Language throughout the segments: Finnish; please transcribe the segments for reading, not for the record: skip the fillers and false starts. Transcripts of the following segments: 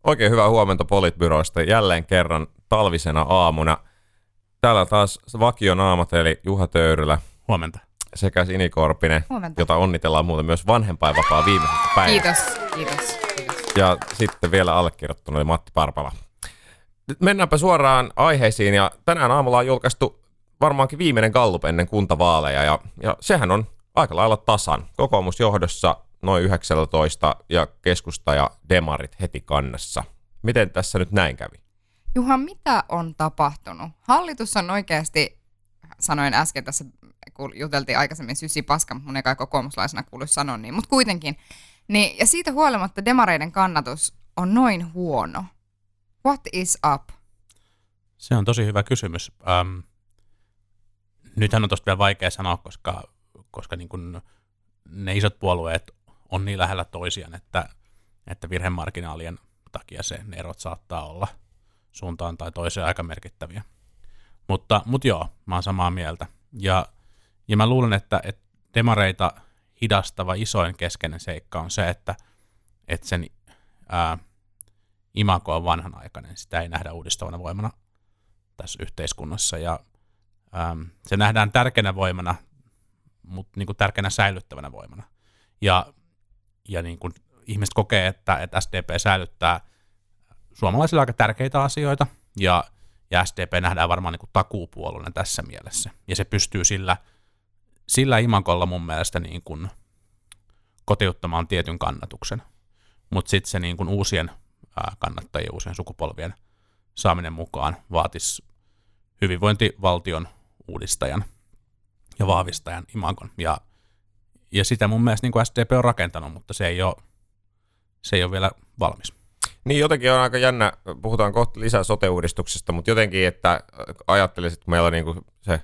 Oikein hyvää huomenta Politbyroista jälleen kerran talvisena aamuna. Täällä taas vakionaamat eli Juha Töyrylä. Huomenta. Sekä Sini Korpinen, Huomenta. jota onnitellaan muuten myös vanhempainvapaa viimeisestä päivästä. Kiitos. Ja sitten vielä allekirjoittanut oli Matti Parpala. Nyt mennäänpä suoraan aiheisiin ja tänään aamulla on julkaistu varmaankin viimeinen gallup ennen kuntavaaleja ja sehän on aika lailla tasan. Kokoomus johdossa noin 19 ja keskusta ja demarit heti kannassa. Miten tässä nyt näin kävi? Juha, mitä on tapahtunut? Hallitus on oikeasti, sanoin äsken tässä, kun juteltiin aikaisemmin sysipaska, mutta mun ei kai kokoomuslaisena kuulu sanoa niin, mutta kuitenkin. Niin, ja siitä huolimatta demareiden kannatus on noin huono. What is up? Se on tosi hyvä kysymys. Nythän on tosta vielä vaikea sanoa, koska niin kun ne isot puolueet on niin lähellä toisiaan, että virhemarginaalien takia ne erot saattaa olla suuntaan tai toiseen aika merkittäviä. Mutta joo, mä oon samaa mieltä. Ja mä luulen, että demareita hidastava isoin keskeinen seikka on se, että sen imago on vanhanaikainen. Sitä ei nähdä uudistavana voimana tässä yhteiskunnassa. Ja se nähdään tärkeänä voimana, mutta niin kuin tärkeänä säilyttävänä voimana. Ja niin kuin ihmiset kokee, että SDP säilyttää suomalaisille aika tärkeitä asioita, ja SDP nähdään varmaan niin kuin takuupuolueena tässä mielessä. Ja se pystyy sillä imagolla mun mielestä niin kuin kotiuttamaan tietyn kannatuksen. Mutta sitten se niin kuin uusien kannattajien, uusien sukupolvien saaminen mukaan vaatisi hyvinvointivaltion uudistajan ja vahvistajan imagon. Ja sitä mun mielestä niin kuin SDP on rakentanut, mutta se ei ole vielä valmis. Niin jotenkin on aika jännä, puhutaan kohta lisää sote-uudistuksesta, mutta jotenkin, että ajattelisit, että meillä on niin kuin se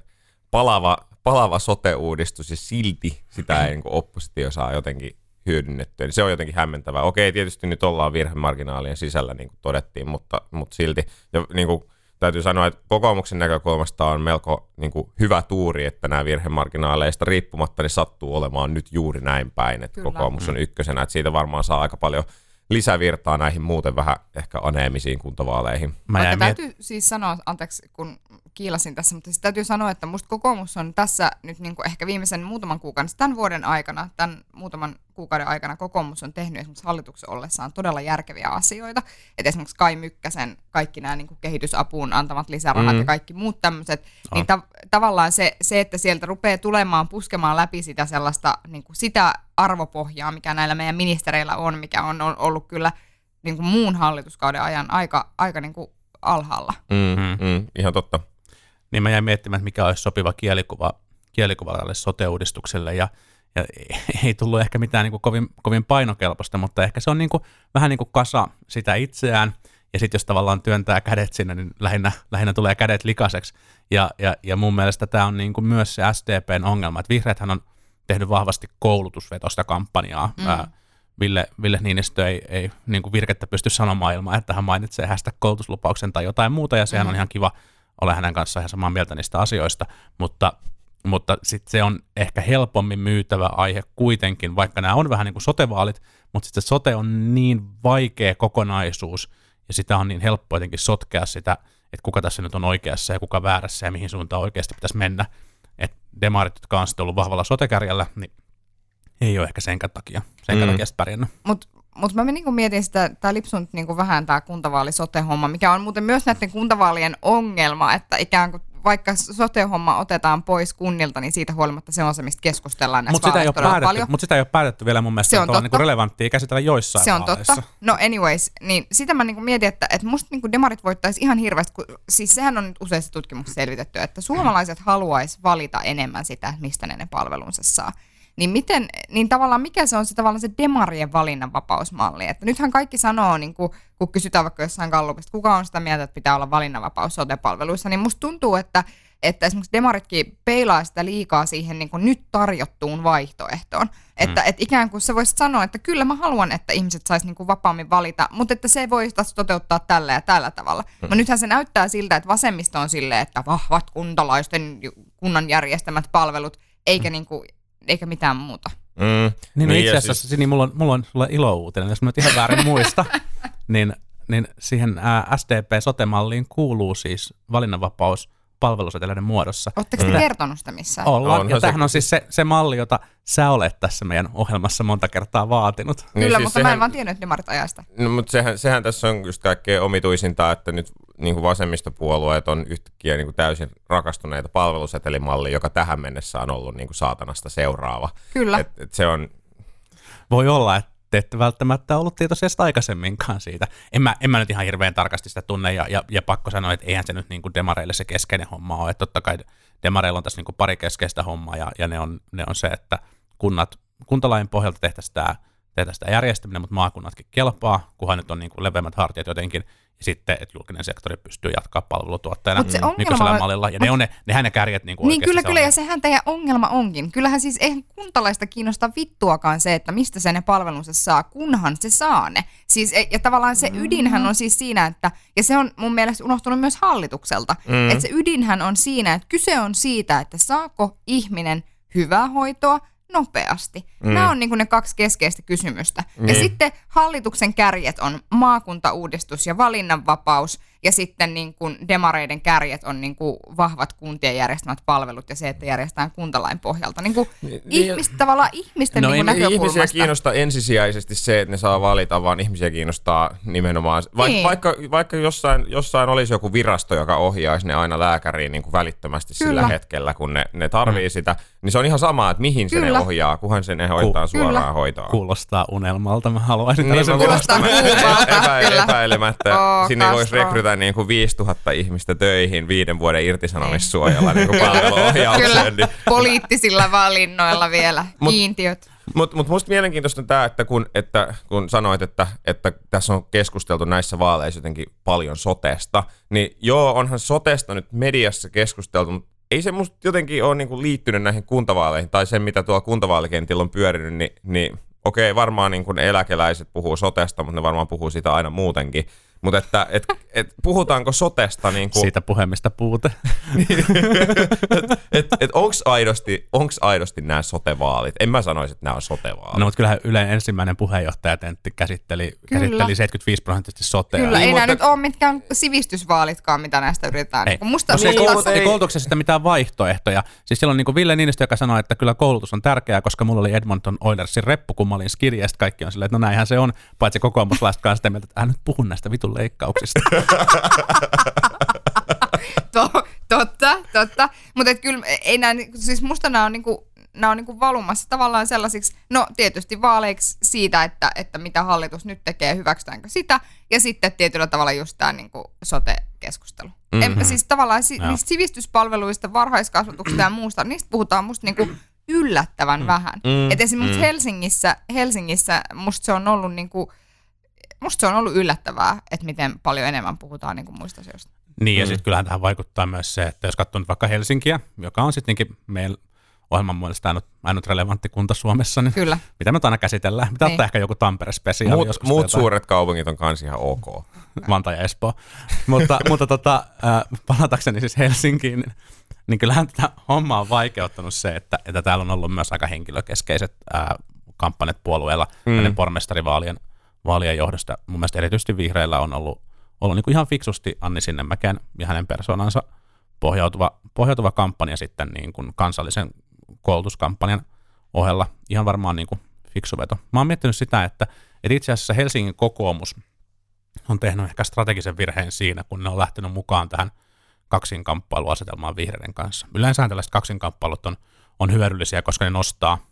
palava sote-uudistus ja silti sitä ei niin kuin oppositio saa jotenkin hyödynnettyä. Niin se on jotenkin hämmentävää. Okei, tietysti nyt ollaan virhemarginaalien sisällä, niin kuin todettiin, mutta silti. Ja niin kuin täytyy sanoa, että kokoomuksen näkökulmasta on melko niin kuin hyvä tuuri, että nämä virhemarginaaleista riippumatta niin sattuu olemaan nyt juuri näin päin, että Kyllä. Kokoomus on ykkösenä. Että siitä varmaan saa aika paljon lisävirtaa näihin muuten vähän ehkä aneemisiin kuntavaaleihin. Täytyy siis sanoa, anteeksi kun kiilasin tässä, mutta siis täytyy sanoa, että musta kokoomus on tässä nyt niin kuin ehkä viimeisen muutaman kuukauden, tämän vuoden aikana, tämän muutaman kuukauden aikana kokoomus on tehnyt esimerkiksi hallituksen ollessaan todella järkeviä asioita. Että esimerkiksi Kai Mykkäsen kaikki nämä niin kuin kehitysapuun antamat lisärahat ja kaikki muut tämmöiset, niin tavallaan se, että sieltä rupeaa puskemaan läpi sitä sellaista, niin kuin sitä arvopohjaa, mikä näillä meidän ministereillä on, mikä on ollut kyllä niin kuin muun hallituskauden ajan aika niin kuin alhaalla. Ihan totta. Niin mä jäin miettimään, että mikä olisi sopiva kielikuva tälle sote-uudistukselle, ja ei tullut ehkä mitään niin kuin kovin painokelpoista, mutta ehkä se on niin kuin, vähän niin kuin kasa sitä itseään, ja sitten jos tavallaan työntää kädet sinne, niin lähinnä tulee kädet likaiseksi, ja mun mielestä tämä on niin kuin myös se SDPn ongelma, että vihreäthän on tehnyt vahvasti koulutusvetosta kampanjaa. Ville Niinistö ei niin kuin virkettä pysty sanomaan ilman, että hän mainitsee #koulutuslupauksen tai jotain muuta, ja sehän on ihan kiva olla hänen kanssaan ihan samaa mieltä niistä asioista, mutta sitten se on ehkä helpommin myytävä aihe kuitenkin, vaikka nämä on vähän niin kuin sote-vaalit, mutta sitten sote on niin vaikea kokonaisuus, ja sitä on niin helppo jotenkin sotkea sitä, että kuka tässä nyt on oikeassa ja kuka väärässä ja mihin suuntaan oikeasti pitäisi mennä. Että demarit, jotka on sitten ollut vahvalla sote-kärjellä, niin ei ole ehkä senkään takia sitten pärjännyt. Mutta mä niin mietin sitä, tämä lipsuu nyt niin vähän tämä kuntavaali-sote-homma, mikä on muuten myös näiden kuntavaalien ongelma, että ikään kuin vaikka sote-homma otetaan pois kunnilta, niin siitä huolimatta se on se, mistä keskustellaan näissä vaaleissa todella paljon. Mutta sitä ei ole päätetty vielä mun mielestä, että on niin relevanttia käsitellä joissain se on vaaleissa. Totta. No anyways, niin sitä mä niin mietin, että musta niin demarit voittaisi ihan hirveästi, siis sehän on nyt useissa tutkimuksissa selvitetty, että suomalaiset haluaisi valita enemmän sitä, mistä ne palvelunsa saa. Niin tavallaan mikä se on se tavallaan se demarien valinnanvapausmalli, että nythän kaikki sanoo, niin kun kysytään vaikka jossain gallupista, kuka on sitä mieltä, että pitää olla valinnanvapaus sote-palveluissa, niin musta tuntuu, että esimerkiksi demaritkin peilaa sitä liikaa siihen niin kuin nyt tarjottuun vaihtoehtoon, että ikään kuin sä voisit sanoa, että kyllä mä haluan, että ihmiset sais niin kuin vapaammin valita, mutta että se voi taas toteuttaa tällä ja tällä tavalla. Mutta nythän se näyttää siltä, että vasemmisto on silleen, että vahvat kuntalaisten kunnan järjestämät palvelut, eikä mitään muuta. Niin itse asiassa, Sini, mulla on sulle ilouutinen, jos mä nyt ihan väärin muista, niin niin siihen SDP-sote-malliin kuuluu siis valinnanvapaus palveluseteleiden muodossa. Oletteko te kertonut sitä missään? Ollaan, ja tämähän on siis se malli, jota sä olet tässä meidän ohjelmassa monta kertaa vaatinut. Kyllä, niin siis mutta mä en vaan tiennyt, että demarit ajaa sitä. No, mutta sehän tässä on just kaikkein omituisinta, että nyt niin kuin vasemmistopuolueet on yhtäkkiä niin kuin täysin rakastuneita palvelusetelimalliin, joka tähän mennessä on ollut niin kuin saatanasta seuraava. Kyllä. Et se on... Voi olla, että te ette välttämättä ollut tietoisia sitä aikaisemminkaan siitä. En mä nyt ihan hirveän tarkasti sitä tunne, ja pakko sanoa, että eihän se nyt niin kuin demareille se keskeinen homma ole. Että totta kai demareilla on tässä niin kuin pari keskeistä hommaa, ja ne on se, että kuntalain pohjalta tehtäisiin tämä järjestäminen, mutta maakunnatkin kelpaa, kunhan nyt on niin kuin leveämmät hartiat jotenkin, ja sitten, että julkinen sektori pystyy jatkaa palvelutuottajana nykyisellä mallilla, ja nehän ne kärjet niin kuin niin kyllä, ja sehän teidän ongelma onkin. Kyllähän siis eihän kuntalaista kiinnosta vittuakaan se, että mistä se ne palvelunsa saa, kunhan se saa ne. Siis, ja tavallaan se ydinhän on siis siinä, että, ja se on mun mielestä unohtunut myös hallitukselta, että se ydinhän on siinä, että kyse on siitä, että saako ihminen hyvää hoitoa nopeasti. Nämä on niin kuin ne kaksi keskeistä kysymystä. Ja sitten hallituksen kärjet on maakuntauudistus ja valinnanvapaus, ja sitten niin kuin demareiden kärjet on niin kuin vahvat kuntien järjestämät palvelut ja se, että järjestetään kuntalain pohjalta. Niin kuin tavallaan ihmisten niin kuin näkökulmasta. Ihmisiä kiinnostaa ensisijaisesti se, että ne saa valita, vaan ihmisiä kiinnostaa nimenomaan. Vaikka jossain olisi joku virasto, joka ohjaisi ne aina lääkäriin niin kuin välittömästi sillä hetkellä, kun ne tarvii sitä, niin se on ihan sama, että mihin se ne ohjaa, kunhan se ne hoitaa suoraan hoitoa. Kuulostaa unelmalta, mä haluaisin tällaisen epäilemättä. Sinne voisi rekrytä niin kuin 5000 ihmistä töihin 5 vuoden irtisanomissuojalla niin kuin palveluohjaukseen. Kyllä, poliittisilla valinnoilla vielä, kiintiöt. Mutta musta mielenkiintoista on tämä, että kun sanoit, että tässä on keskusteltu näissä vaaleissa jotenkin paljon sotesta, niin joo, onhan sotesta nyt mediassa keskusteltu, mutta ei se musta jotenkin ole niinku liittynyt näihin kuntavaaleihin, tai se, mitä tuolla kuntavaalikentillä on pyörinyt, niin okei, varmaan niin kuin eläkeläiset puhuu sotesta, mutta ne varmaan puhuu siitä aina muutenkin. Mutta että puhutaanko sotesta niin kuin... Siitä puhemista puute. Onks aidosti nämä sotevaalit? En mä sanoisi, että nämä on sotevaalit. No, mutta kyllähän Ylen ensimmäinen puheenjohtajatentti käsitteli 75% sotea. Kyllä, ei nämä nyt ole mitkään sivistysvaalitkaan, mitä näistä yritetään. Ei. Koulutuksessa sitä mitään vaihtoehtoja. Siis silloin niin kuin Ville Niinistö, joka sanoi, että kyllä koulutus on tärkeää, koska mulla oli Edmonton Oilersin reppu, kun mä olin skidi, ja kaikki on silleen, että no näinhän se on, paitsi kokoomuslaiset kanssa sitä mieltä, että nyt puhun näistä vitun leikkauksista. Totta. Mutta kyllä ei siis musta nämä on niinku valumassa tavallaan sellaisiksi, no tietysti vaaleiksi siitä, että mitä hallitus nyt tekee, hyväksytäänkö sitä, ja sitten tietyllä tavalla just tämä niinku sote-keskustelu. Siis tavallaan niistä sivistyspalveluista, varhaiskasvatuksesta ja muusta, niistä puhutaan musta niinku yllättävän vähän. Et esimerkiksi Helsingissä musta se on ollut niinku musta se on ollut yllättävää, että miten paljon enemmän puhutaan niin kuin muista asioista. Niin, ja sitten kyllähän tähän vaikuttaa myös se, että jos katsoo nyt vaikka Helsinkiä, joka on sittenkin meidän ohjelman muodesta ainut relevantti kunta Suomessa, niin kyllä. Mitä me aina käsitellään? Mitä ottaa ehkä joku Tampere-spesiaali joskus? Muut suuret kaupungit on kans ihan ok. Vantaa ja Espoo. mutta palatakseni siis Helsinkiin, niin kyllähän tätä hommaa on vaikeuttanut se, että täällä on ollut myös aika henkilökeskeiset kampanjat puolueella näiden pormestarivaalien johdosta. Mun mielestä erityisesti vihreillä on ollut niin kuin ihan fiksusti Anni Sinnemäkeen ja hänen persoonansa pohjautuva kampanja sitten niin kuin kansallisen koulutuskampanjan ohella. Ihan varmaan niin kuin fiksu veto. Mä oon miettinyt sitä, että itse asiassa Helsingin kokoomus on tehnyt ehkä strategisen virheen siinä, kun ne on lähtenyt mukaan tähän kaksinkamppailuasetelmaan vihreiden kanssa. Yleensä tällaiset kaksinkamppailut on hyödyllisiä, koska ne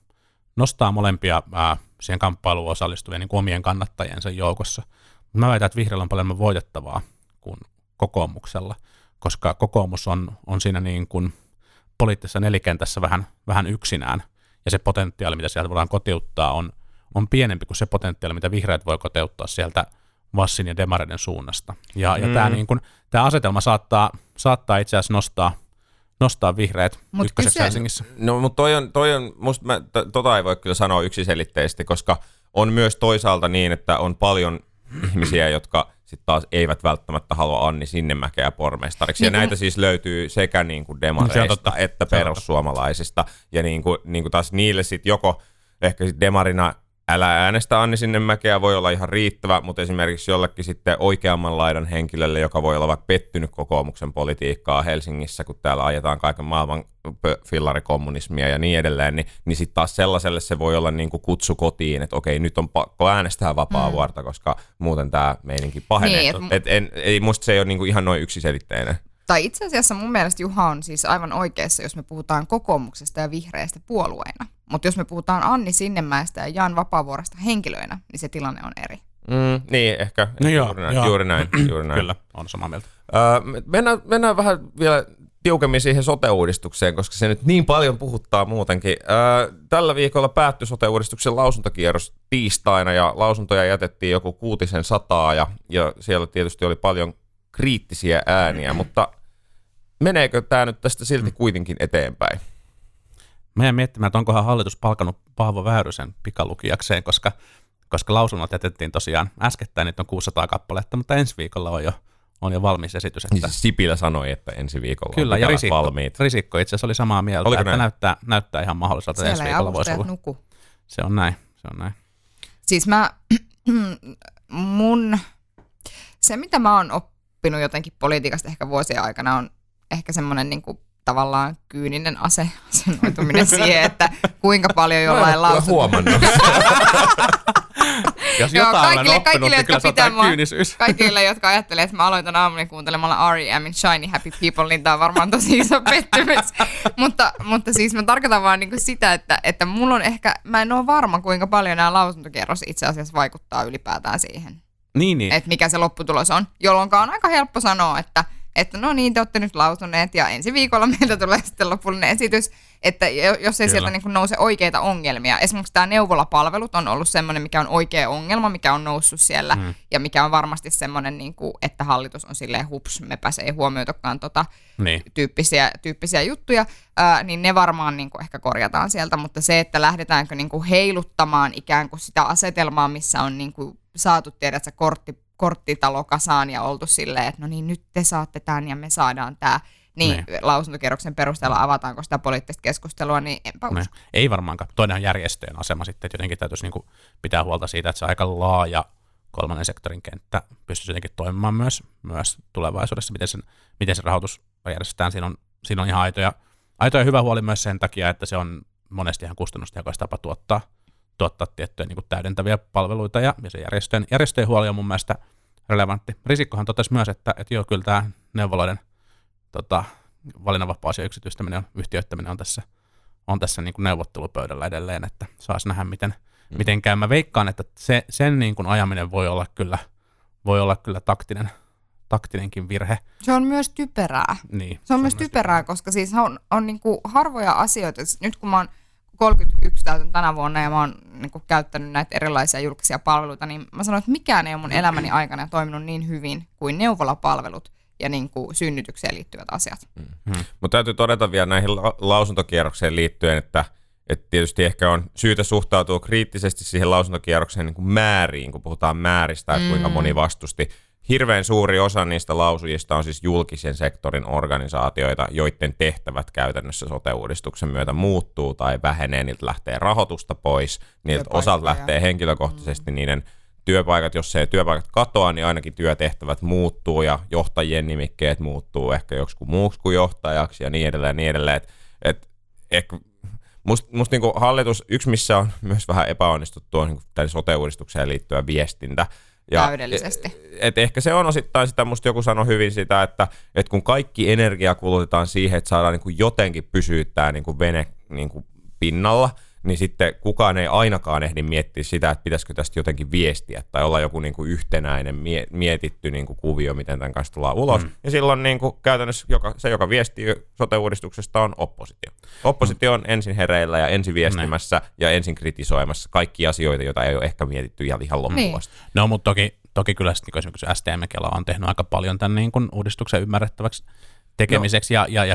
nostaa molempia siihen kamppailuun osallistuvien niin kuin omien kannattajiensa joukossa. Mä väitän, että vihreällä on paljon voitettavaa kuin kokoomuksella, koska kokoomus on siinä niin kuin poliittisessa nelikentässä vähän yksinään, ja se potentiaali, mitä sieltä voidaan kotiuttaa, on pienempi kuin se potentiaali, mitä vihreät voi kotiuttaa sieltä Vassin ja demareiden suunnasta. Ja tämä asetelma saattaa itse asiassa nostaa vihreät ykköseksi Helsingissä. No, mutta toi on musta tota ei voi kyllä sanoa yksiselitteisesti, koska on myös toisaalta niin, että on paljon ihmisiä, jotka sitten taas eivät välttämättä halua Anni Sinnemäkeä pormestariksi. Ja näitä siis löytyy sekä niin kuin demareista että perussuomalaisista. Ja niin kuin taas niille sitten joko ehkä sit demarina älä äänestä Anni Sinnemäkeä voi olla ihan riittävä, mutta esimerkiksi jollekin sitten oikeamman laidan henkilölle, joka voi olla vaikka pettynyt kokoomuksen politiikkaa Helsingissä, kun täällä ajetaan kaiken maailman fillarikommunismia ja niin edelleen, niin sitten taas sellaiselle se voi olla niin kuin kutsu kotiin, että okei, nyt on pakko äänestää Vapaavuorta, koska muuten tämä meininki pahenee. Niin, musta se ei ole niin kuin ihan noin yksiselitteinen. Tai itse asiassa mun mielestä Juha on siis aivan oikeassa, jos me puhutaan kokoomuksesta ja vihreistä puolueina. Mutta jos me puhutaan Anni Sinnemäestä ja Jan Vapaavuoresta henkilöinä, niin se tilanne on eri. Niin, ehkä. No juuri näin. Kyllä, on samaa mieltä. Mennään vähän vielä tiukemmin siihen sote-uudistukseen, koska se nyt niin paljon puhuttaa muutenkin. Tällä viikolla päättyi sote-uudistuksen lausuntokierros tiistaina ja lausuntoja jätettiin joku 600 ja siellä tietysti oli paljon kriittisiä ääniä, mutta meneekö tämä nyt tästä silti kuitenkin eteenpäin? Mä jään miettimään, että onkohan hallitus palkannut Paavo Väyrysen pikalukijakseen, koska lausunnot jätettiin tosiaan äskettäin, niitä on 600 kappaletta, mutta ensi viikolla on jo valmis esitys. Että... Niin Sipilä sanoi, että ensi viikolla kyllä, on ja valmiit. Risikko itse asiassa oli samaa mieltä, oliko että näyttää ihan mahdolliselta, että ensi viikolla voisi olla. Nuku. Se on näin. Siis se mitä mä oon oppinut jotenkin politiikasta ehkä vuosien aikana on ehkä semmoinen niin kuin tavallaan kyyninen asennoituminen siihen, että kuinka paljon jollain lausunto. Huomannut. Jos jotain olen oppinut, niin kyllä se on tämä kyynisyys. Kaikille, jotka ajattelee, että mä aloitan aamuni kuuntelemalla R.E.M:in Shiny Happy People, niin tää on varmaan tosi iso pettymys. mutta siis mä tarkoitan vaan niinku sitä, että mulla on ehkä, mä en ole varma, kuinka paljon nämä lausuntokierros itse asiassa vaikuttaa ylipäätään siihen. Niin. Että mikä se lopputulos on, jolloin on aika helppo sanoa, että no niin, te olette nyt lausuneet ja ensi viikolla meiltä tulee sitten lopullinen esitys, että jos ei sieltä niin kuin nouse oikeita ongelmia. Esimerkiksi tämä neuvolapalvelut on ollut semmoinen, mikä on oikea ongelma, mikä on noussut siellä ja mikä on varmasti semmoinen, niin kuin, että hallitus on silleen hups, mepä se ei huomioitakaan tyyppisiä juttuja, niin ne varmaan niin kuin ehkä korjataan sieltä, mutta se, että lähdetäänkö niin kuin heiluttamaan ikään kuin sitä asetelmaa, missä on niin kuin saatu tiedätkö korttitalo kasaan ja oltu silleen, että no niin, nyt te saatte tämän ja me saadaan tämä, niin lausuntokierroksen perusteella avataanko sitä poliittista keskustelua, niin enpä usko. Ei varmaankaan. Toinen on järjestöjen asema sitten, että jotenkin täytyisi niin kuin pitää huolta siitä, että se aika laaja kolmannen sektorin kenttä pystyisi jotenkin toimimaan myös tulevaisuudessa, miten se rahoitus järjestetään. Siinä on ihan aito ja hyvä huoli myös sen takia, että se on monesti ihan kustannustehokas tapa tuottaa tiettyjä niin kuin täydentäviä palveluita, ja se järjestöjen huoli on mun mielestä relevantti. Risikkohan totesi myös, että joo, kyllä tämä neuvoloiden valinnanvapaus ja yhtiöittäminen on tässä niin kuin neuvottelupöydällä edelleen, että saisi nähdä, miten käy. Mä veikkaan, että sen niin kuin ajaminen voi olla kyllä taktinenkin virhe. Se on myös typerää. Niin, se on myös typerää, koska siis on niin kuin harvoja asioita. Nyt kun mä oon 31 täytän tänä vuonna ja mä oon niin kuin käyttänyt näitä erilaisia julkisia palveluita, niin mä sanon, että mikään ei ole mun elämäni aikana toiminut niin hyvin kuin neuvolapalvelut ja niin kuin synnytykseen liittyvät asiat. Mutta täytyy todeta vielä näihin lausuntokierrokseen liittyen, että tietysti ehkä on syytä suhtautua kriittisesti siihen lausuntokierrokseen niin kuin määriin, kun puhutaan määristä, että kuinka moni vastusti. Hirveän suuri osa niistä lausujista on siis julkisen sektorin organisaatioita, joiden tehtävät käytännössä sote-uudistuksen myötä muuttuu tai vähenee, niiltä lähtee rahoitusta pois, niiltä osalta lähtee henkilökohtaisesti niiden työpaikat, jos ei työpaikat katoa, niin ainakin työtehtävät muuttuu ja johtajien nimikkeet muuttuu ehkä joksikin muuksi kuin johtajaksi ja niin edelleen. Musta niin kuin hallitus, yksi missä on myös vähän epäonnistuttu on niin tämän sote-uudistukseen liittyvä viestintä. Täydellisesti. Ehkä se on osittain sitä, musta joku sanoi hyvin sitä, että kun kaikki energia kulutetaan siihen, että saadaan niin kuin jotenkin pysyä tämä niin kuin vene niin kuin pinnalla, niin sitten kukaan ei ainakaan ehdi miettiä sitä, että pitäisikö tästä jotenkin viestiä tai olla joku niin kuin yhtenäinen mietitty niin kuin kuvio, miten tämän kanssa tullaan ulos. Ja silloin niin kuin käytännössä joka viestii sote-uudistuksesta on oppositio. Oppositio on ensin hereillä ja ensin viestimässä ja ensin kritisoimassa kaikki asioita, joita ei ole ehkä mietitty ihan loppuun asti. No, mutta toki kyllä sitten, esimerkiksi STM-Kela on tehnyt aika paljon tämän niin kuin uudistuksen ymmärrettäväksi tekemiseksi ja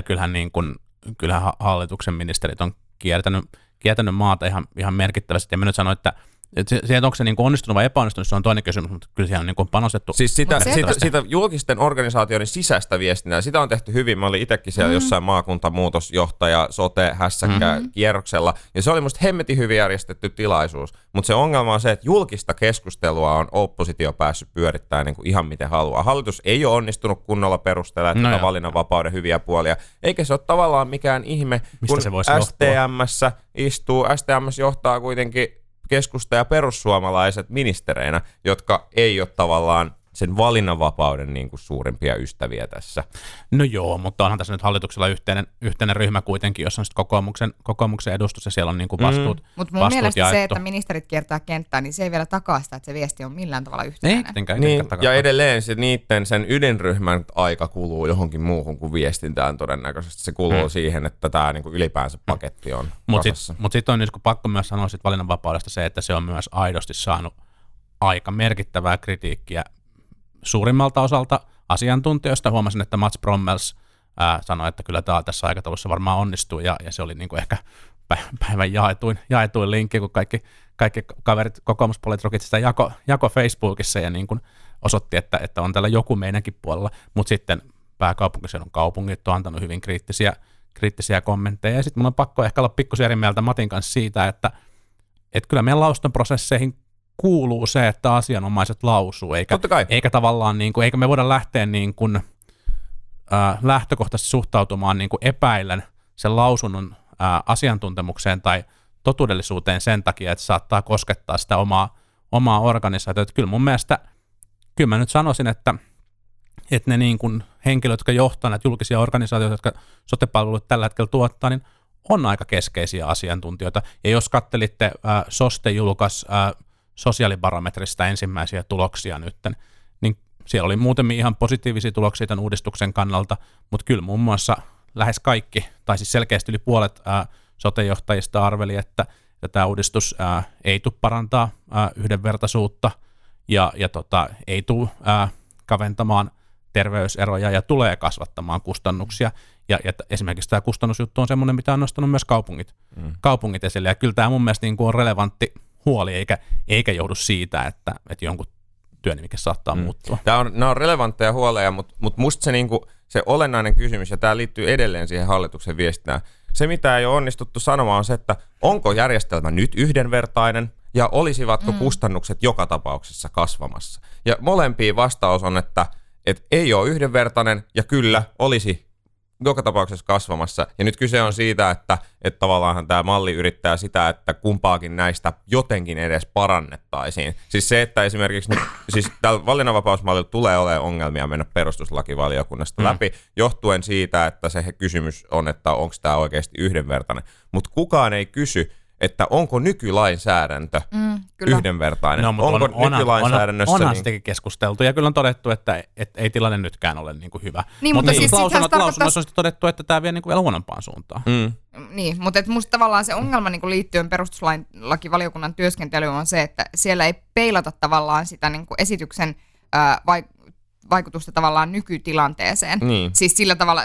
kyllähän hallituksen ministerit on kiertänyt maata ihan merkittävästi. Ja mä nyt sanoin, että Se, onko se niin kuin onnistunut vai epäonnistunut, se on toinen kysymys, mutta kyllä siihen on niin kuin panostettu. Siis sitä julkisten organisaatioiden sisäistä viestintää, sitä on tehty hyvin. Mä olin itsekin siellä jossain maakuntamuutosjohtaja, sote, hässäkkä kierroksella, ja se oli musta hemmetin hyvin järjestetty tilaisuus. Mutta se ongelma on se, että julkista keskustelua on oppositio päässyt pyörittämään niin kuin ihan miten haluaa. Hallitus ei ole onnistunut kunnolla perustella valinnanvapauden hyviä puolia, eikä se ole tavallaan mikään ihme, kun STM:ssä istuu, STM:ssä johtaa kuitenkin keskusta ja perussuomalaiset ministereinä, jotka ei ole tavallaan sen valinnanvapauden niin kuin suurimpia ystäviä tässä. No joo, mutta onhan tässä nyt hallituksella yhteinen ryhmä kuitenkin, jossa on sitten kokoomuksen edustus ja siellä on niin kuin vastuut Mutta mun mielestä jaettu. Se, että ministerit kiertää kenttää, niin se ei vielä takaa sitä, että se viesti on millään tavalla yhtenäinen. Niin, ja edelleen sen ydinryhmän aika kuluu johonkin muuhun kuin viestintään todennäköisesti. Se kuluu siihen, että tämä niin kuin ylipäänsä paketti on kasassa. Mutta sitten on niin pakko myös sanoa sit valinnanvapaudesta se, että se on myös aidosti saanut aika merkittävää kritiikkiä suurimmalta osalta asiantuntijoista. Huomasin, että Mats Brommels sanoi, että kyllä tämä tässä aikataulussa varmaan onnistuu, ja se oli niin kuin ehkä päivän jaetuin linkki, kun kaikki kaverit kokoomuspoliitrokit sitä jako Facebookissa ja niin kuin osoitti, että on täällä joku meidänkin puolella, mutta sitten pääkaupunkiseudun kaupungit on antanut hyvin kriittisiä kommentteja, ja sitten mun on pakko ehkä olla pikkusen eri mieltä Matin kanssa siitä, että kyllä meidän lausuntoprosesseihin kuuluu se, että asianomaiset lausuu, eikä tavallaan niin kuin, eikä me voida lähteä niin kuin, lähtökohtaisesti suhtautumaan niin kuin epäillen sen lausunnon asiantuntemukseen tai totuudellisuuteen sen takia, että saattaa koskettaa sitä omaa organisaatiota. Kyllä mun mielestä, kyllä mä nyt sanoisin, että ne niin kuin henkilöt, jotka johtaa näitä julkisia organisaatioita, jotka sote-palvelut tällä hetkellä tuottaa, niin on aika keskeisiä asiantuntijoita. Ja jos katselitte, SOSTE julkaisi sosiaalibarometrista ensimmäisiä tuloksia nyt, niin siellä oli muutamia ihan positiivisia tuloksia tämän uudistuksen kannalta, mutta kyllä muun muassa lähes kaikki, tai siis selkeästi yli puolet sote-johtajista arveli, että tämä uudistus ei tule parantaa yhdenvertaisuutta ja ei tule kaventamaan terveyseroja ja tulee kasvattamaan kustannuksia. Ja esimerkiksi tämä kustannusjuttu on semmoinen, mitä on nostanut myös kaupungit esille, ja kyllä tämä mun mielestä niin kuin on relevantti huoli, eikä joudu siitä, että jonkun työnimike saattaa muuttua. Nämä on relevantteja huoleja, mutta musta se olennainen kysymys, ja tämä liittyy edelleen siihen hallituksen viestintään, se mitä ei ole onnistuttu sanomaan on se, että onko järjestelmä nyt yhdenvertainen, ja olisivatko kustannukset joka tapauksessa kasvamassa. Ja molempiin vastaus on, että ei ole yhdenvertainen, ja kyllä olisi joka tapauksessa kasvamassa. Ja nyt kyse on siitä, että tavallaanhan tämä malli yrittää sitä, että kumpaakin näistä jotenkin edes parannettaisiin. Siis se, että esimerkiksi nyt, siis tällä valinnanvapausmallilla tulee olemaan ongelmia mennä perustuslakivaliokunnasta läpi, johtuen siitä, että se kysymys on, että onko tämä oikeasti yhdenvertainen. Mutta kukaan ei kysy, että onko nykylainsäädäntö yhdenvertainen. No, onko nykylainsäädännössä... Onhan sitäkin keskusteltu, ja kyllä on todettu, että ei tilanne nytkään ole niin kuin hyvä. Niin, mutta siis lausunnoissa on sitten todettu, että tämä vie niin kuin vielä huonompaan suuntaan. Niin, mutta musta tavallaan se ongelma niin kuin liittyen perustuslakivaliokunnan työskentelyyn on se, että siellä ei peilata tavallaan sitä niin kuin esityksen vaikutusta tavallaan nykytilanteeseen. Niin. Siis sillä tavalla...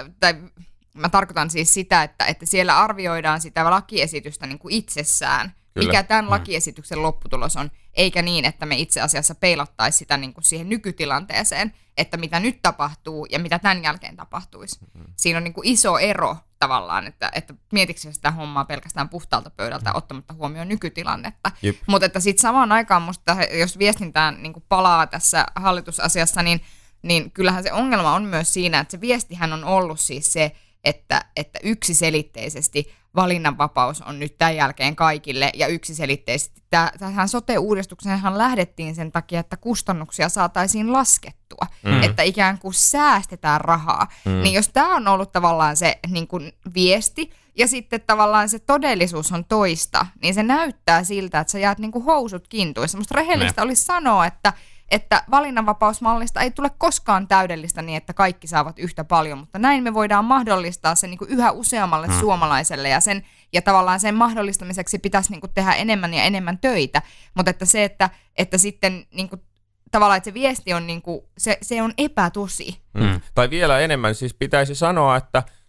Mä tarkoitan siis sitä, että siellä arvioidaan sitä lakiesitystä niin kuin itsessään, kyllä, mikä tämän lakiesityksen lopputulos on, eikä niin, että me itse asiassa peilattaisiin sitä niin kuin siihen nykytilanteeseen, että mitä nyt tapahtuu ja mitä tämän jälkeen tapahtuisi. Siinä on niin kuin iso ero tavallaan, että mietitkö sitä hommaa pelkästään puhtaalta pöydältä ottamatta huomioon nykytilannetta. Mutta että sitten samaan aikaan musta, jos viestintään niin kuin palaa tässä hallitusasiassa, niin kyllähän se ongelma on myös siinä, että se viestihän on ollut siis se, että yksiselitteisesti valinnanvapaus on nyt tämän jälkeen kaikille, ja yksiselitteisesti tähän sote-uudistukseenhan lähdettiin sen takia, että kustannuksia saataisiin laskettua, että ikään kuin säästetään rahaa. Niin jos tämä on ollut tavallaan se niin kuin viesti, ja sitten tavallaan se todellisuus on toista, niin se näyttää siltä, että sä jäät niin kuin housut kintuissa. Musta rehellistä olisi sanoa, että valinnanvapausmallista ei tule koskaan täydellistä niin, että kaikki saavat yhtä paljon, mutta näin me voidaan mahdollistaa se niin kuin yhä useammalle suomalaiselle, ja tavallaan sen mahdollistamiseksi pitäisi niin kuin tehdä enemmän ja enemmän töitä, mutta että se, että sitten niin kuin, tavallaan, että se viesti on, niin kuin, se on epätosi. Tai vielä enemmän, siis pitäisi sanoa, että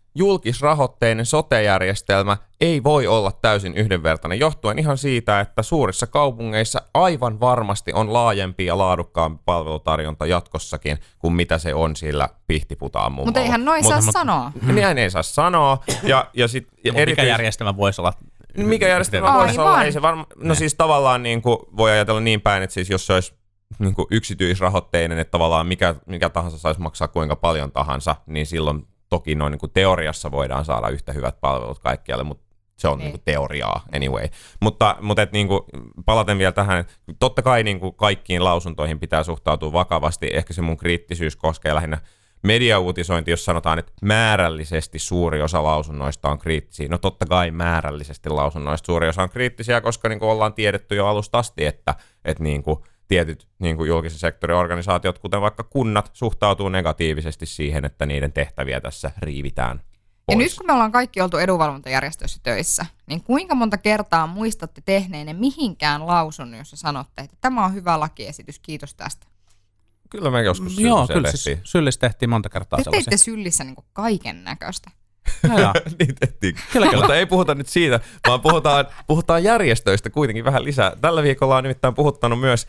julkisrahoitteinen sote-järjestelmä ei voi olla täysin yhdenvertainen, johtuen ihan siitä, että suurissa kaupungeissa aivan varmasti on laajempi ja laadukkaampi palvelutarjonta jatkossakin kuin mitä se on sillä Pihtiputaan mummalla. Mutta eihän noin saa sanoa. Näin ei saa sanoa. Mikä järjestelmä voisi olla? Mikä järjestelmä voisi olla? Ei se no siis tavallaan niin kuin voi ajatella niin päin, että siis jos se olisi niin kuin yksityisrahoitteinen, että tavallaan mikä tahansa saisi maksaa kuinka paljon tahansa, niin silloin toki noin niin kuin teoriassa voidaan saada yhtä hyvät palvelut kaikkialle, mutta se on niin kuin teoriaa anyway. Mutta et niin kuin, palaten vielä tähän, että totta kai niin kuin kaikkiin lausuntoihin pitää suhtautua vakavasti. Ehkä se mun kriittisyys koskee lähinnä mediauutisointi, jos sanotaan, että määrällisesti suuri osa lausunnoista on kriittisiä. No totta kai määrällisesti lausunnoista suuri osa on kriittisiä, koska niin kuin ollaan tiedetty jo alusta asti, että niin kuin tietyt niin kuin julkisen sektorin organisaatiot, kuten vaikka kunnat, suhtautuu negatiivisesti siihen, että niiden tehtäviä tässä riivitään pois. Ja nyt kun me ollaan kaikki oltu edunvalvontajärjestöissä töissä, niin kuinka monta kertaa muistatte tehneenne mihinkään lausunnon, jossa sanotte, että tämä on hyvä lakiesitys, kiitos tästä? Kyllä me joskus syllissä tehtiin monta kertaa te sellaisia. teitte syllissä niin kaiken näköistä. Niin tehtiin. Kyllä. Mutta ei puhuta nyt siitä, vaan puhutaan järjestöistä kuitenkin vähän lisää. Tällä viikolla on nimittäin puhuttanut myös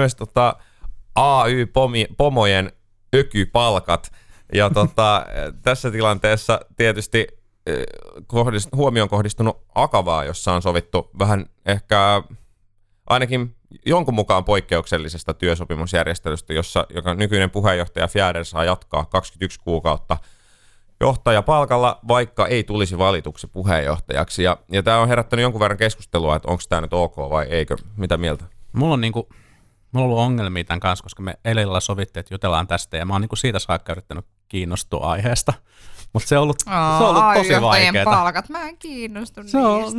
AY-pomojen ökypalkat. Ja tässä tilanteessa tietysti huomio on kohdistunut Akavaa, jossa on sovittu vähän ehkä ainakin jonkun mukaan poikkeuksellisesta työsopimusjärjestelystä, joka nykyinen puheenjohtaja Fjäder saa jatkaa 21 kuukautta johtajapalkalla, vaikka ei tulisi valituksi puheenjohtajaksi. Ja tämä on herättänyt jonkun verran keskustelua, että onko tämä nyt ok vai eikö. Mitä mieltä? Mulla on ollut ongelmia tämän kanssa, koska me eilen sovittiin, että jutellaan tästä, ja mä oon siitä saakka yrittänyt kiinnostua aiheesta. Mutta se on ollut tosi vaikeaa. Palkat, mä en kiinnostu niistä.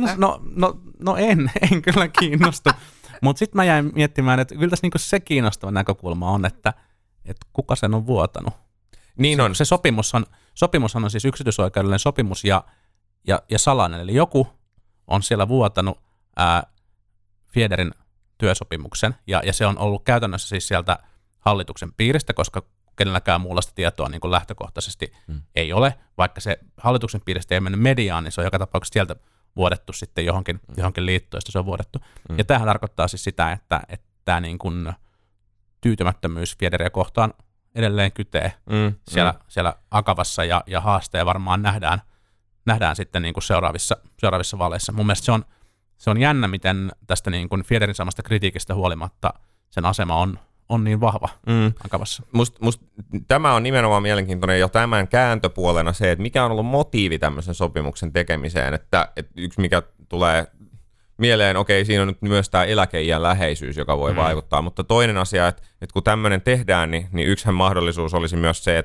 En kyllä kiinnostu. Mutta sitten mä jäin miettimään, että kyllä tässä niinku se kiinnostava näkökulma on, että kuka sen on vuotanut. Niin on. Se sopimushan on siis yksityisoikeudellinen sopimus ja salainen. Eli joku on siellä vuotanut Fjäderin työsopimuksen, ja se on ollut käytännössä siis sieltä hallituksen piiristä, koska kenelläkään muullaista tietoa niin kuin lähtökohtaisesti ei ole. Vaikka se hallituksen piiristä ei mennyt mediaan, niin se on joka tapauksessa sieltä vuodettu sitten johonkin liittoon, josta se on vuodettu. Ja tämähän tarkoittaa siis sitä, että tämä niin kuin tyytymättömyys Fjäderiä kohtaan edelleen kytee siellä Akavassa, ja haasteja varmaan nähdään sitten niin kuin seuraavissa vaaleissa. Mun mielestä se on jännä, miten tästä niin kuin Fjäderin saamasta kritiikistä huolimatta sen asema on niin vahva Akavassa. Musta tämä on nimenomaan mielenkiintoinen jo tämän kääntöpuolena se, että mikä on ollut motiivi tämmöisen sopimuksen tekemiseen. Että yksi mikä tulee mieleen, okei, siinä on nyt myös tämä eläkeiän läheisyys, joka voi vaikuttaa, mutta toinen asia, että kun tämmöinen tehdään, niin yksihän mahdollisuus olisi myös se,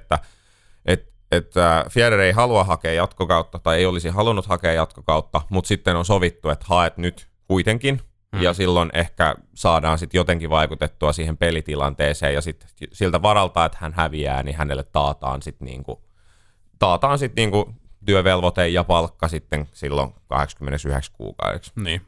että Fjäder ei halua hakea jatkokautta tai ei olisi halunnut hakea jatkokautta, mutta sitten on sovittu, että haet nyt kuitenkin, ja silloin ehkä saadaan sitten jotenkin vaikutettua siihen pelitilanteeseen, ja sitten siltä varalta, että hän häviää, niin hänelle taataan sitten niinku työvelvoite ja palkka sitten silloin 89 kuukaudeksi. Niin.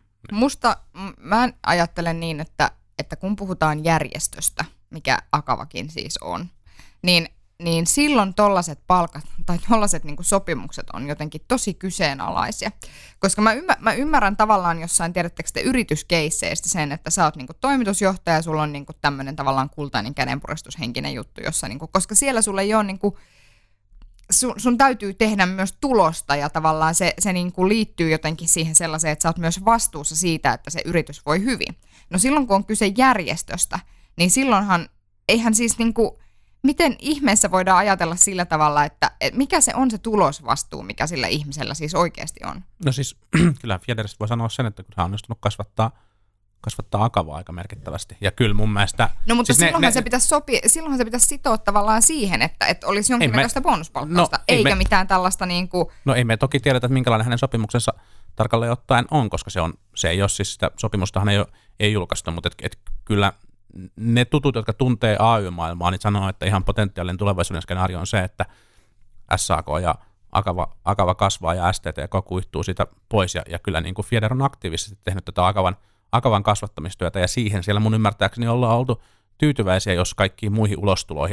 Mä ajattelen niin, että kun puhutaan järjestöstä, mikä Akavakin siis on, niin silloin tollaiset palkat tai tollaiset niin kuin sopimukset on jotenkin tosi kyseenalaisia. Koska mä ymmärrän tavallaan jossain, tiedättekö te, yrityskeisseistä sen, että sä oot niin kuin toimitusjohtaja ja sulla on niin kuin tämmöinen tavallaan kultainen kädenpuristushenkinen juttu, jossa, niin kuin, koska siellä sulla ei ole, niin kuin, sun täytyy tehdä myös tulosta ja tavallaan se niin kuin liittyy jotenkin siihen sellaiseen, että sä oot myös vastuussa siitä, että se yritys voi hyvin. No silloin kun on kyse järjestöstä, niin silloinhan eihän siis niin kuin, miten ihmeessä voidaan ajatella sillä tavalla, että mikä se on se tulosvastuu, mikä sillä ihmisellä siis oikeasti on? No siis kyllä Fjäderistä voi sanoa sen, että hän on onnistunut kasvattaa Akavaa aika merkittävästi. Ja kyllä mun mielestä... No mutta siis silloinhan se pitäisi sitoa tavallaan siihen, että olisi jonkinlaista bonuspalkkausta, eikä mitään tällaista niin kuin... No ei me toki tiedetä, että minkälainen hänen sopimuksensa tarkalleen ottaen on, koska se ei ole siis sitä sopimustahan ei julkaistu, mutta kyllä ne tutut, jotka tuntee AY-maailmaa, niin sanoo, että ihan potentiaalinen tulevaisuuden skenaario on se, että SAK ja Akava kasvaa ja STTK kuihtuu siitä pois, ja kyllä niin kuin Fjäder on aktiivisesti tehnyt tätä Akavan kasvattamistyötä, ja siihen siellä mun ymmärtääkseni ollaan oltu tyytyväisiä, jos kaikkiin muihin ulostuloihin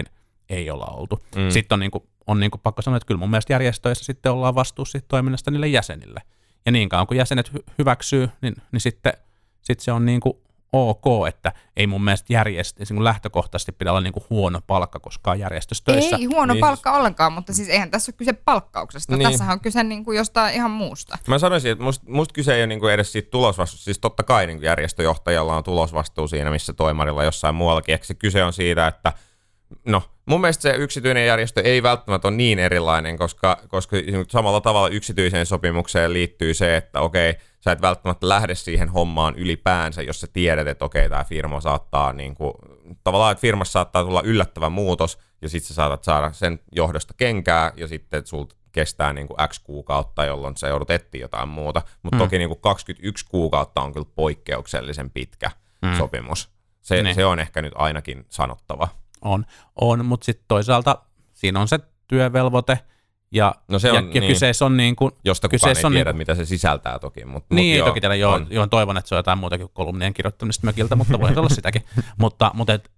ei olla oltu. Sitten on niin kuin pakko sanoa, että kyllä mun mielestä järjestöissä sitten ollaan vastuussa siitä toiminnasta niille jäsenille. Ja niin kauan kun jäsenet hyväksyy, niin sitten se on niin kuin ok, että ei mun mielestä lähtökohtaisesti pidä olla niin kuin huono palkka koskaan järjestöstöissä. Ei huono niin palkka ollenkaan, mutta siis eihän tässä ole kyse palkkauksesta. Niin. Tässähän on kyse niin kuin jostain ihan muusta. Mä sanoisin, että musta kyse ei ole niinku edes siitä tulosvastuusta. Siis totta kai niinku järjestöjohtajalla on tulosvastuu siinä, missä toimarilla jossain muuallakin. Eikö se kyse on siitä, että no mun mielestä se yksityinen järjestö ei välttämättä ole niin erilainen, koska samalla tavalla yksityiseen sopimukseen liittyy se, että okei, sä et välttämättä lähde siihen hommaan ylipäänsä, jos sä tiedät, että okei, tämä firma saattaa niinku, tavallaan, että firmassa saattaa tulla yllättävä muutos, ja sit sä saatat saada sen johdosta kenkää, ja sitten sulta kestää niinku X kuukautta, jolloin sä joudut etsiä jotain muuta. Mutta toki niinku 21 kuukautta on kyllä poikkeuksellisen pitkä sopimus. Se on ehkä nyt ainakin sanottava. On, mutta sitten toisaalta siinä on se työvelvoite, ja kyseessä on niin kuin... Josta kukaan ei tiedä, mitä se sisältää toki. Niin, ei toki tiedä, joo, toivon, että se on jotain muutakin kuin kolumnien kirjoittamista mökiltä, mutta voi olla sitäkin. mutta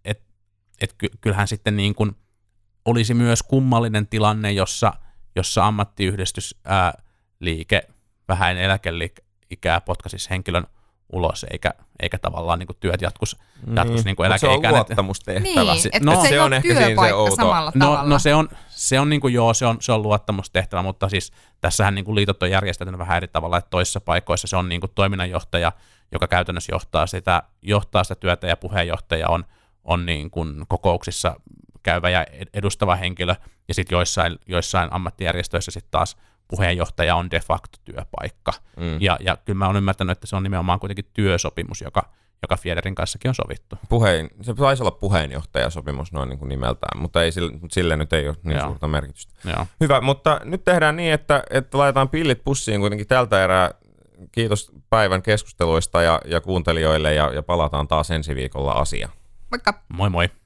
kyllähän sitten niin kuin olisi myös kummallinen tilanne, jossa ammattiyhdistysliike vähän eläkeikää potkaisisi henkilön ulos, eikä tavallaan niin kuin työt jatkuisi niin kuin eläkeikään. Se on luottamustehtävä. Niin, että se on ehkä työpaikka samalla tavalla. No se on niin kuin se on luottamustehtävä, mutta siis tässähän niin kuin liitot on järjestetty vähän eri tavalla, että toisissa paikoissa se on niin kuin toiminnanjohtaja, joka käytännössä johtaa sitä työtä, ja puheenjohtaja on niin kuin kokouksissa käyvä ja edustava henkilö, ja sitten joissain ammattijärjestöissä sitten taas puheenjohtaja on de facto työpaikka. Ja kyllä mä oon ymmärtänyt, että se on nimenomaan kuitenkin työsopimus, joka Fjäderin kanssakin on sovittu. Se taisi olla puheenjohtajasopimus noin niin kuin nimeltään, mutta sille nyt ei ole niin suurta merkitystä. Joo. Hyvä, mutta nyt tehdään niin, että laitetaan pillit pussiin kuitenkin tältä erää. Kiitos päivän keskusteluista ja kuuntelijoille, ja palataan taas ensi viikolla asiaan. Moikka! Moi moi!